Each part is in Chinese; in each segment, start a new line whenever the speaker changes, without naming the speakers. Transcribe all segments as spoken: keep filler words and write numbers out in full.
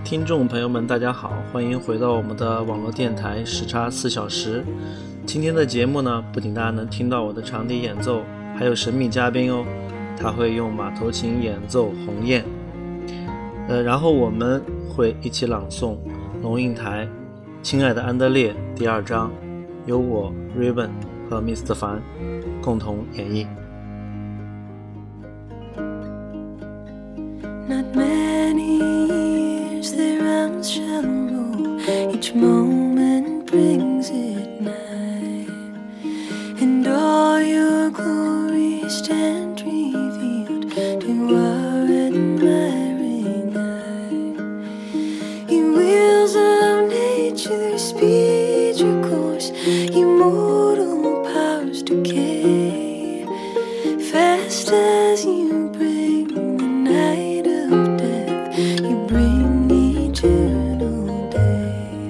听众朋友们大家好，欢迎回到我们的网络电台时差四小时。今天的节目呢，不仅大家能听到我的长笛演奏，还有神秘嘉宾哦，他会用马头琴演奏鸿雁，呃，然后我们会一起朗诵龙应台亲爱的安德烈第二章，由我 Raven 和 Mister 凡共同演绎。
Not many years their arms shall rule, each moment brings it nigh, and all your glory stand revealed to our admiring eye. You wheels of nature speed your course, immortal powers decay, fast as you bring the night of death, you bring eternal day.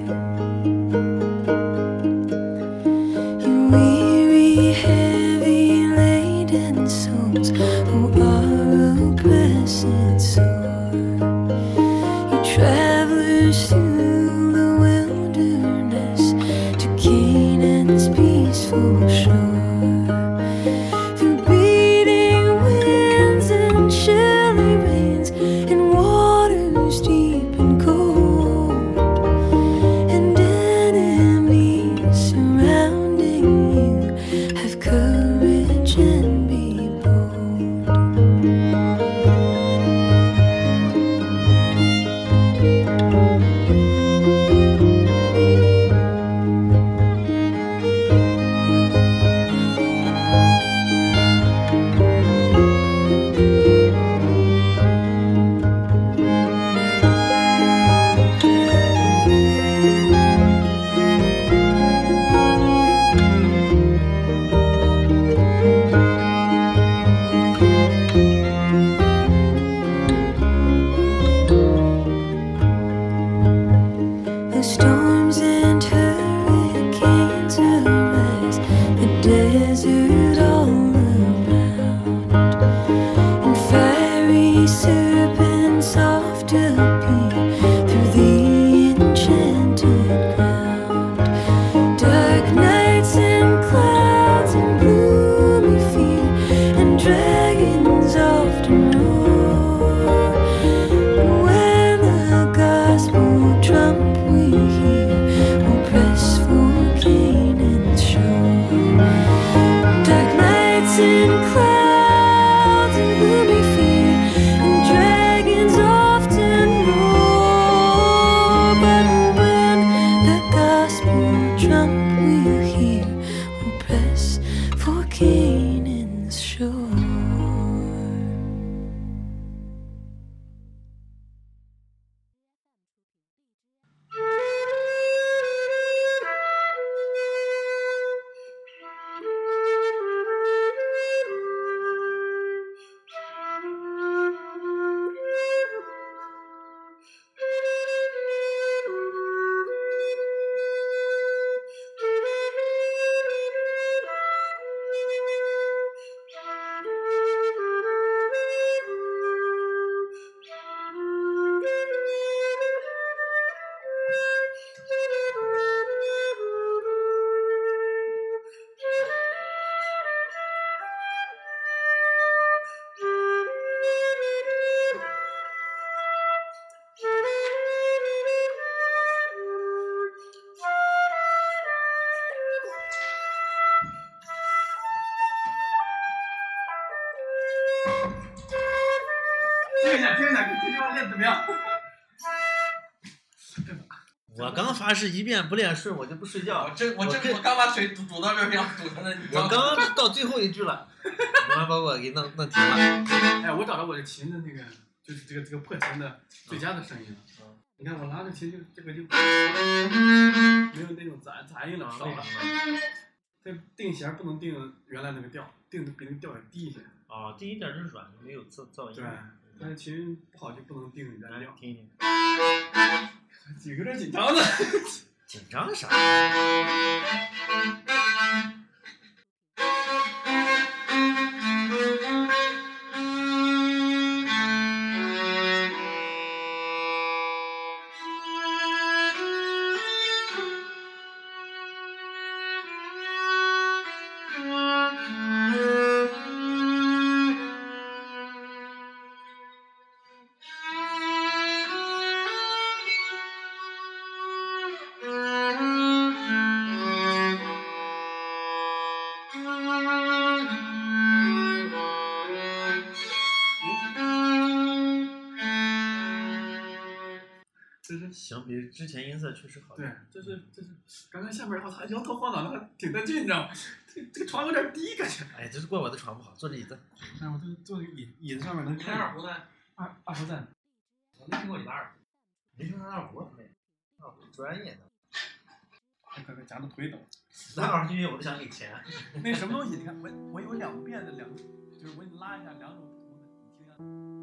You weary, heavy laden souls who are oppressed sore, you travelers through the wilderness to Canaan's peaceful shore. Canaan's shore.
听一下，听一下，听听我练怎么样？
我刚发誓一遍不练顺我就不睡觉。
我这我这我刚把水堵堵到这边，堵成了。
我刚刚到最后一句了，你妈把我给弄弄停了。
哎，我找到我的琴的那个，就是这个这个破琴的最佳的声音了。嗯、你看我拉着琴就这个就没有那种杂杂音了，少了。这定弦不能定原来那个调，定的比那个调也低一些。
哦，低一点是软，没有噪噪音。
对，但是琴不好就不能定原调。
听一听。
有点紧张了。
紧张啥？ 行，比之前音色确实好。
对，这是这是刚刚下面我操摇头晃脑的，还挺得劲，你知道吗？这这个床有点低，感觉。
哎，这是怪我的床不好，坐这椅子。
哎，我这坐这个椅椅子上面能看。
二胡呢？
二二胡在。
我没听过你的二胡，
没听他二胡没？二胡专业的。
快快夹着腿抖。
那二胡音乐我都想给钱。
那什么东西？你看我我有两遍的两，就是我给你拉一下两种不同的，你听听。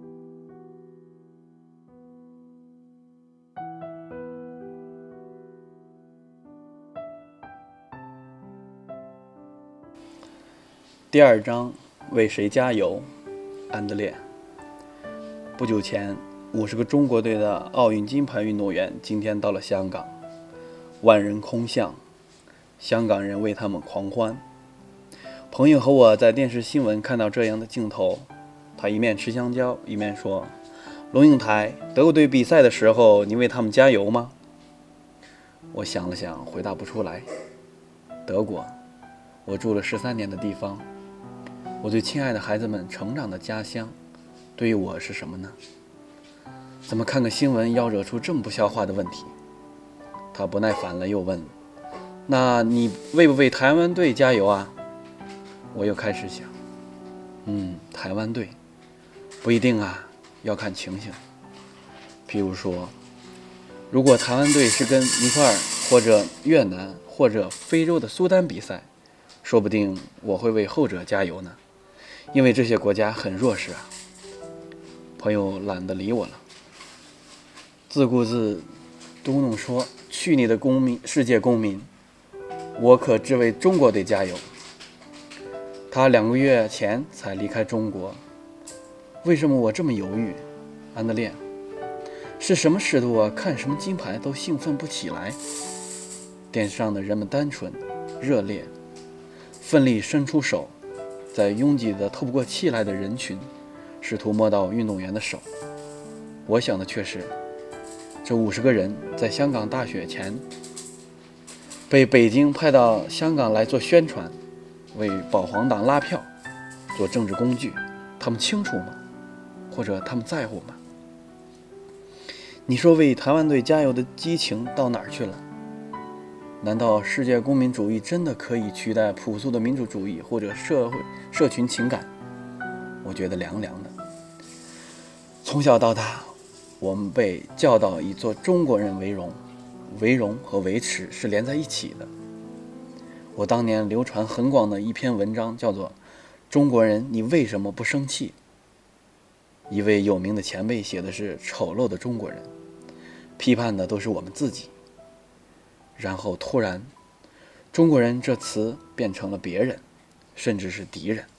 第二章，为谁加油？安德烈。不久前，五十个中国队的奥运金牌运动员今天到了香港，万人空巷，香港人为他们狂欢。朋友和我在电视新闻看到这样的镜头，他一面吃香蕉，一面说：“龙应台，德国队比赛的时候，你为他们加油吗？”我想了想，回答不出来。德国，我住了十三年的地方。我最亲爱的孩子们成长的家乡，对于我是什么呢？怎么看个新闻要惹出这么不消化的问题？他不耐烦了，又问：“那你为不为台湾队加油啊？”我又开始想，嗯，台湾队不一定啊，要看情形。譬如说，如果台湾队是跟尼泊尔或者越南或者非洲的苏丹比赛，说不定我会为后者加油呢。因为这些国家很弱势啊。朋友懒得理我了，自顾自嘟囔说：“去你的公民，世界公民！我可只为中国队加油。”他两个月前才离开中国，为什么我这么犹豫？安德烈，是什么使得我看什么金牌都兴奋不起来？电视上的人们单纯、热烈，奋力伸出手，在拥挤的透不过气来的人群，试图摸到运动员的手。我想的却是，这五十个人在香港大选前被北京派到香港来做宣传，为保皇党拉票，做政治工具，他们清楚吗？或者他们在乎吗？你说为台湾队加油的激情到哪儿去了？难道世界公民主义真的可以取代朴素的民主主义或者社会社群情感？我觉得凉凉的。从小到大，我们被教导以做中国人为荣，为荣和维持是连在一起的。我当年流传很广的一篇文章叫做《中国人，你为什么不生气》。一位有名的前辈写的是丑陋的中国人，批判的都是我们自己。然后突然，中国人这词变成了别人，甚至是敌人。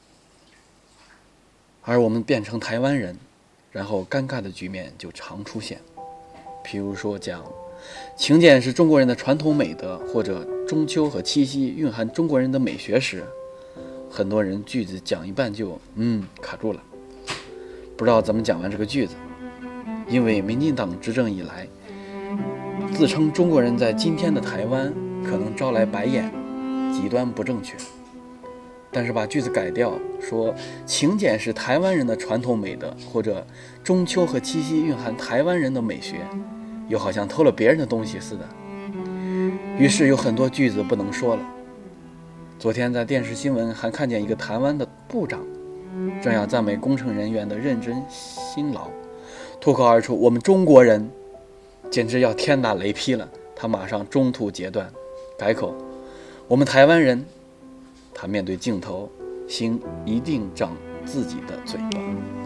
而我们变成台湾人，然后尴尬的局面就常出现。譬如说讲勤俭是中国人的传统美德，或者中秋和七夕蕴含中国人的美学时，很多人句子讲一半就嗯卡住了，不知道怎么讲完这个句子。因为民进党执政以来，自称中国人在今天的台湾可能招来白眼，极端不正确。但是把句子改掉，说勤俭是台湾人的传统美德，或者中秋和七夕蕴含台湾人的美学，又好像偷了别人的东西似的。于是有很多句子不能说了。昨天在电视新闻还看见一个台湾的部长正要赞美工程人员的认真辛劳，脱口而出我们中国人，简直要天打雷劈了。他马上中途截断，改口我们台湾人。他面对镜头，心一定长自己的嘴巴。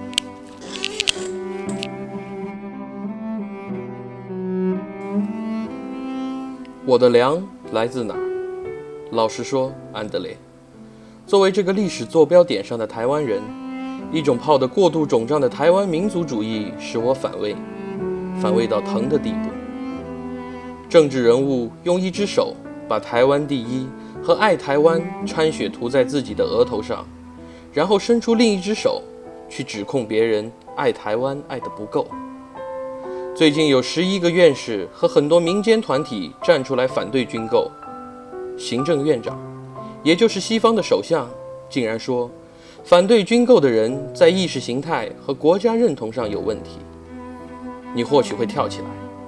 我的粮来自哪儿？老实说，安德烈，作为这个历史坐标点上的台湾人，一种泡得过度肿胀的台湾民族主义使我反胃，反胃到疼的地步。政治人物用一只手把台湾第一和爱台湾掺血涂在自己的额头上，然后伸出另一只手去指控别人爱台湾爱得不够。最近有十一个院士和很多民间团体站出来反对军购，行政院长，也就是西方的首相，竟然说反对军购的人在意识形态和国家认同上有问题。你或许会跳起来，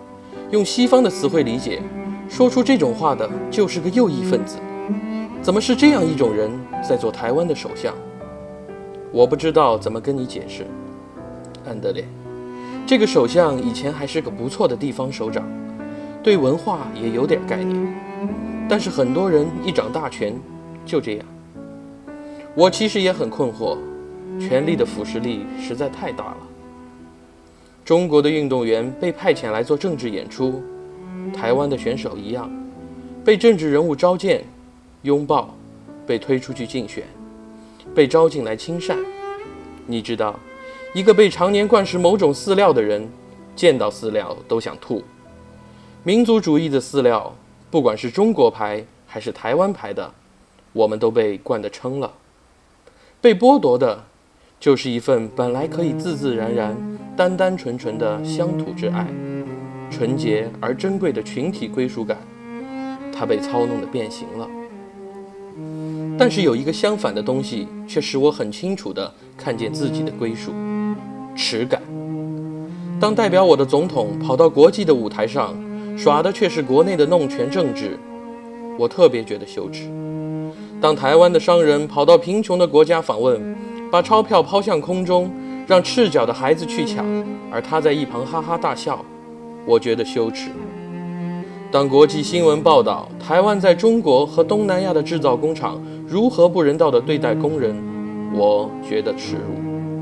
用西方的词汇理解，说出这种话的就是个右翼分子。怎么是这样一种人在做台湾的首相？我不知道怎么跟你解释，安德烈。这个首相以前还是个不错的地方首长，对文化也有点概念，但是很多人一掌大权就这样。我其实也很困惑，权力的腐蚀力实在太大了。中国的运动员被派遣来做政治演出，台湾的选手一样，被政治人物召见、拥抱，被推出去竞选，被招进来亲善。你知道，一个被常年灌食某种饲料的人，见到饲料都想吐。民族主义的饲料，不管是中国牌还是台湾牌的，我们都被灌得撑了。被剥夺的就是一份本来可以自自然然、单单纯纯的乡土之爱，纯洁而珍贵的群体归属感，它被操弄得变形了。但是有一个相反的东西，却使我很清楚地看见自己的归属——耻感。当代表我的总统跑到国际的舞台上，耍的却是国内的弄权政治，我特别觉得羞耻。当台湾的商人跑到贫穷的国家访问，把钞票抛向空中，让赤脚的孩子去抢，而他在一旁哈哈大笑，我觉得羞耻。当国际新闻报道台湾在中国和东南亚的制造工厂如何不人道地对待工人，我觉得耻辱。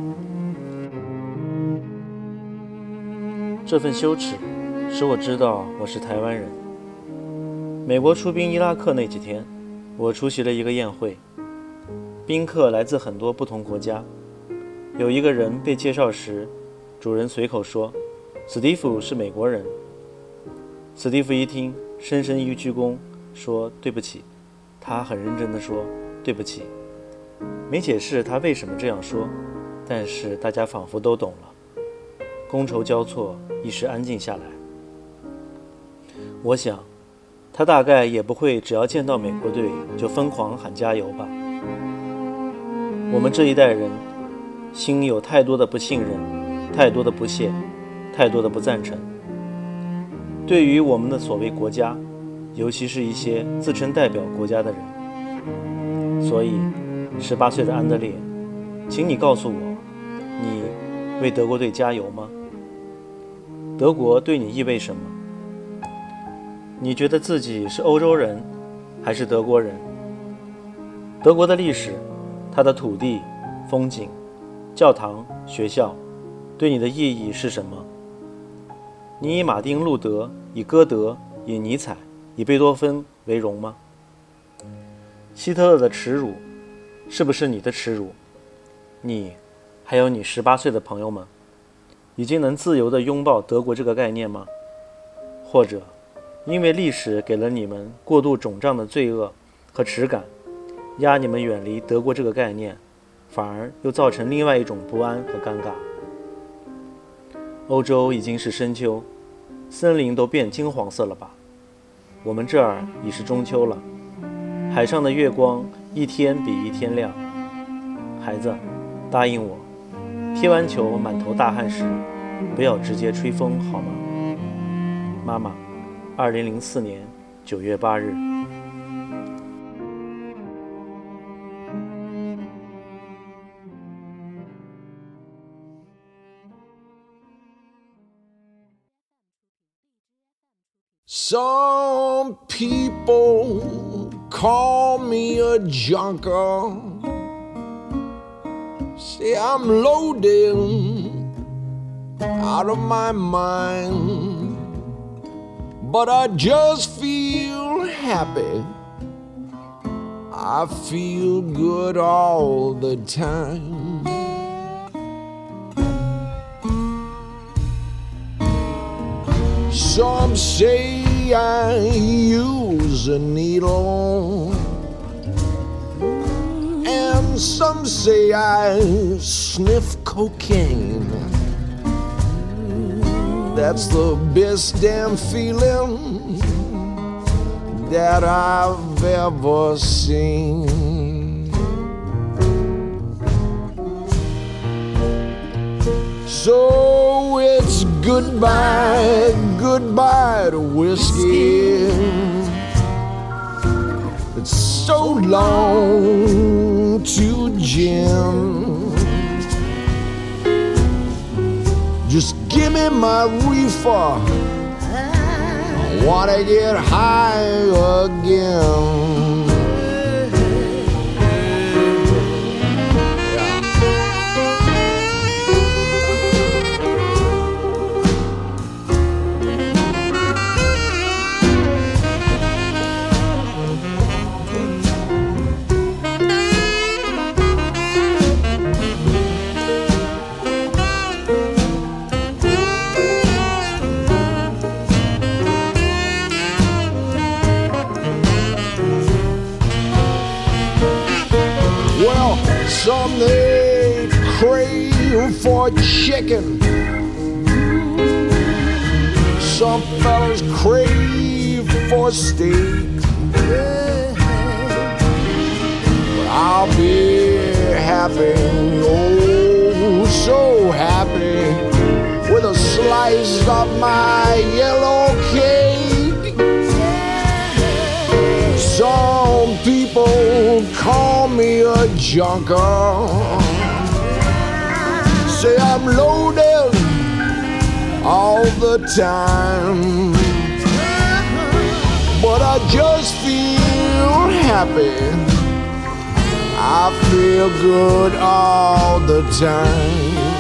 这份羞耻使我知道我是台湾人。美国出兵伊拉克那几天，我出席了一个宴会，宾客来自很多不同国家。有一个人被介绍时，主人随口说史蒂夫是美国人。史蒂夫一听，深深一鞠躬，说对不起。他很认真地说对不起，没解释他为什么这样说，但是大家仿佛都懂了。觥筹交错，一时安静下来。我想他大概也不会只要见到美国队就疯狂喊加油吧。我们这一代人心有太多的不信任，太多的不屑，太多的不赞成。对于我们的所谓国家，尤其是一些自称代表国家的人。所以十八岁的安德烈，请你告诉我，你为德国队加油吗？德国对你意味什么？你觉得自己是欧洲人还是德国人？德国的历史，它的土地、风景、教堂、学校，对你的意义是什么？你以马丁·路德、以歌德、以尼采、以贝多芬为荣吗？希特勒的耻辱，是不是你的耻辱？你，还有你十八岁的朋友们，已经能自由地拥抱德国这个概念吗？或者，因为历史给了你们过度肿胀的罪恶和耻感，压你们远离德国这个概念，反而又造成另外一种不安和尴尬。欧洲已经是深秋，森林都变金黄色了吧？我们这儿已是中秋了，海上的月光一天比一天亮。孩子，答应我，踢完球满头大汗时，不要直接吹风好吗？妈妈，二零零四年九月八日。
Some people call me a junker, say I'm loaded out of my mind, but I just feel happy, I feel good all the time. Some say I use a needle, and some say I sniff cocaine. That's the best damn feeling that I've ever seen. So it's Goodbye, goodbye to whiskey. It's so long to gin. Just give me my reefer. I wanna get high again. Well, some they crave for chicken. Some fellas crave for steak. But I'll be happy, oh, so happy, with a slice of my yellow cake. Some people call me a junker, say I'm loaded all the time, but I just feel happy. I feel good all the time.